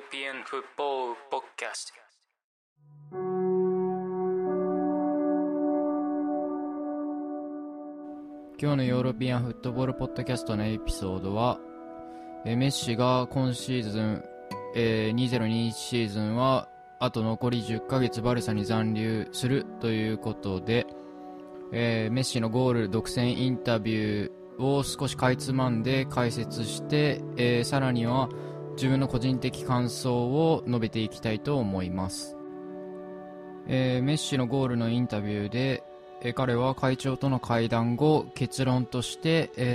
European Football Podcast。 今日のヨーロピアンフットボールポッドキャストのエピソードは、メッシが今シーズン、2021シーズンはあと残り10ヶ月バルサに残留するということで、メッシのゴール独占インタビューを少しかいつまんで解説して、さらには自分の個人的感想を述べていきたいと思います。メッシのゴールのインタビューで、彼は会長との会談後結論として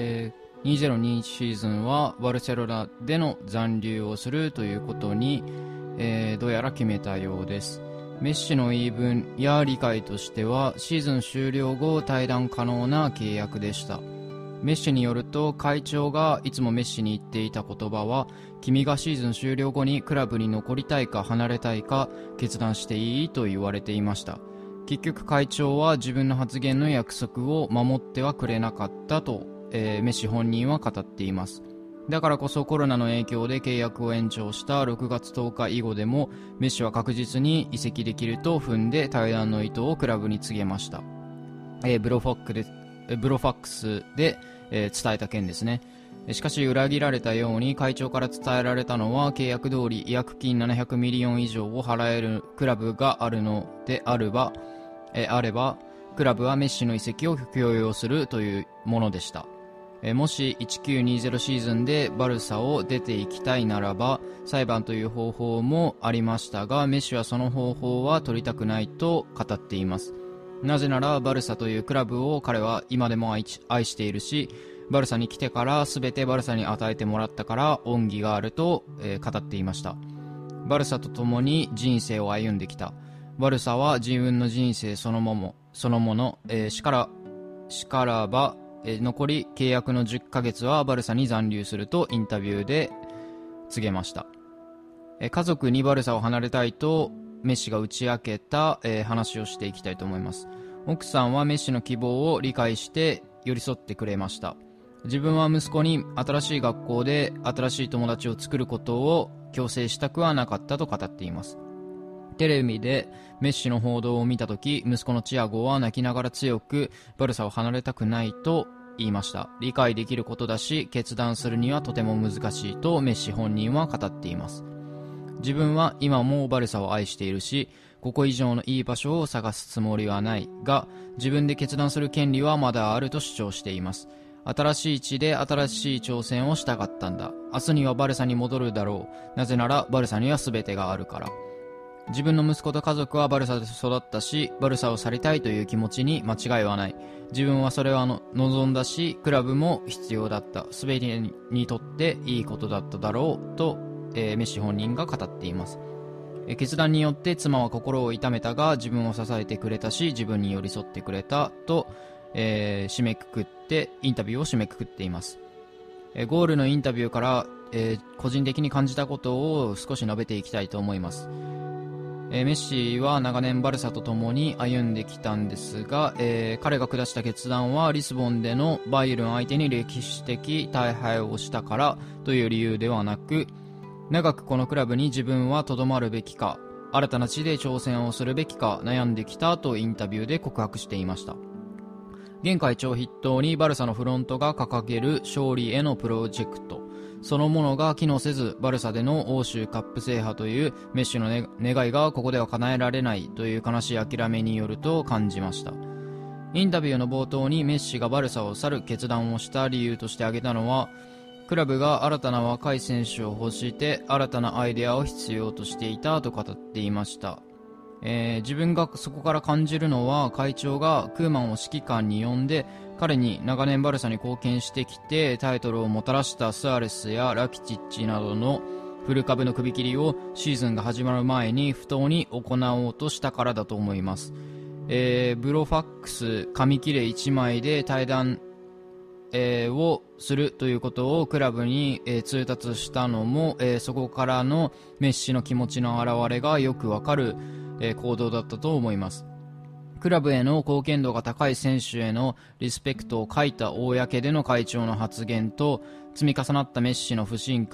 、2021シーズンはバルセロナでの残留をするということに、どうやら決めたようです。メッシの言い分や理解としてはシーズン終了後退団可能な契約でした。メッシによると、会長がいつもメッシに言っていた言葉は、君がシーズン終了後にクラブに残りたいか離れたいか決断していいと言われていました。結局会長は自分の発言の約束を守ってはくれなかったと、メッシ本人は語っています。だからこそコロナの影響で契約を延長した6月10日以後でもメッシは確実に移籍できると踏んで退団の意図をクラブに告げました。ブロファックスで、伝えた件ですね。しかし裏切られたように会長から伝えられたのは、契約通り違約金700ミリオン以上を払えるクラブがあるのであればクラブはメッシの移籍を許容するというものでした。もし1920シーズンでバルサを出ていきたいならば裁判という方法もありましたが、メッシはその方法は取りたくないと語っています。なぜならバルサというクラブを彼は今でも愛しているし、バルサに来てから全てバルサに与えてもらったから恩義があると、語っていました。バルサと共に人生を歩んできた。バルサは自分の人生そのもの、しからば、残り契約の10ヶ月はバルサに残留するとインタビューで告げました。家族にバルサを離れたいとメッシが打ち明けた、話をしていきたいと思います。奥さんはメッシの希望を理解して寄り添ってくれました。自分は息子に新しい学校で新しい友達を作ることを強制したくはなかったと語っています。テレビでメッシの報道を見たとき、息子のチアゴは泣きながら強くバルサを離れたくないと言いました。理解できることだし決断するにはとても難しいとメッシ本人は語っています。自分は今もバルサを愛しているし、ここ以上のいい場所を探すつもりはないが、自分で決断する権利はまだあると主張しています。新しい地で新しい挑戦をしたかったんだ。明日にはバルサに戻るだろう。なぜならバルサには全てがあるから。自分の息子と家族はバルサで育ったし、バルサを去りたいという気持ちに間違いはない。自分はそれは望んだし、クラブも必要だった。全てにとっていいことだっただろうと、メッシ本人が語っています。決断によって妻は心を痛めたが、自分を支えてくれたし、自分に寄り添ってくれたと、締めくくってインタビューを締めくくっています。ゴールのインタビューから、個人的に感じたことを少し述べていきたいと思います。メッシは長年バルサと共に歩んできたんですが、彼が下した決断はリスボンでのバイエルン相手に歴史的大敗をしたからという理由ではなく、長くこのクラブに自分は留まるべきか、新たな地で挑戦をするべきか悩んできたとインタビューで告白していました。現会長筆頭にバルサのフロントが掲げる勝利へのプロジェクトそのものが機能せず、バルサでの欧州カップ制覇というメッシの、願いがここでは叶えられないという悲しい諦めによると感じました。インタビューの冒頭にメッシがバルサを去る決断をした理由として挙げたのは、クラブが新たな若い選手を欲して新たなアイデアを必要としていたと語っていました。自分がそこから感じるのは、会長がクーマンを指揮官に呼んで彼に長年バルサに貢献してきてタイトルをもたらしたスアレスやラキティッチなどのフル株の首切りをシーズンが始まる前に不当に行おうとしたからだと思います。ブロファックス紙切れ1枚で退団、をするということをクラブに、通達したのも、そこからのメッシの気持ちの表れがよくわかる、行動だったと思います。クラブへの貢献度が高い選手へのリスペクトを欠いた公での会長の発言と積み重なったメッシの不信感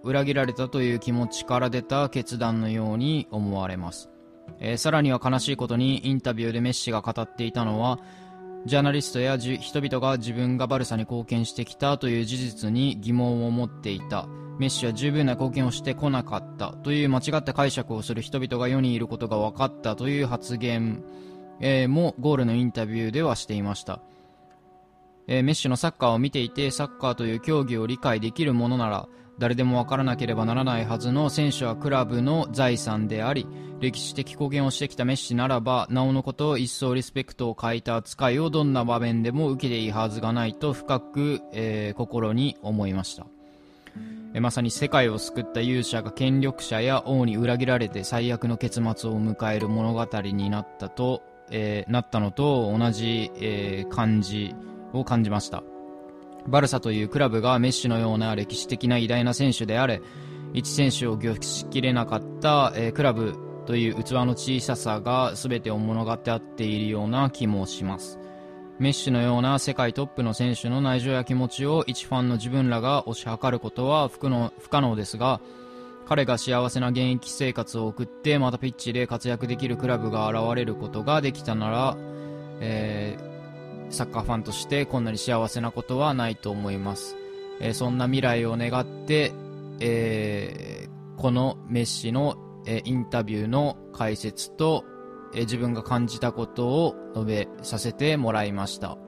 裏切られたという気持ちから出た決断のように思われます。さらには悲しいことにインタビューでメッシが語っていたのは、ジャーナリストや人々が自分がバルサに貢献してきたという事実に疑問を持っていた。メッシは十分な貢献をしてこなかったという間違った解釈をする人々が世にいることが分かったという発言、もゴールのインタビューではしていました。メッシのサッカーを見ていて、サッカーという競技を理解できるものなら誰でも分からなければならないはずの、選手はクラブの財産であり、歴史的貢献をしてきたメッシならばなおのことを一層リスペクトを欠いた扱いをどんな場面でも受けていいはずがないと深く、心に思いました。まさに世界を救った勇者が権力者や王に裏切られて最悪の結末を迎える物語になったのと同じ、感じを感じました。バルサというクラブがメッシのような歴史的な偉大な選手であれ、一選手を御しきれなかった、クラブという器の小ささが全てを物語っているような気もします。メッシのような世界トップの選手の内情や気持ちを一ファンの自分らが推し量ることは不可能ですが、彼が幸せな現役生活を送ってまたピッチで活躍できるクラブが現れることができたなら、サッカーファンとしてこんなに幸せなことはないと思います。そんな未来を願って、このメッシの、インタビューの解説と、自分が感じたことを述べさせてもらいました。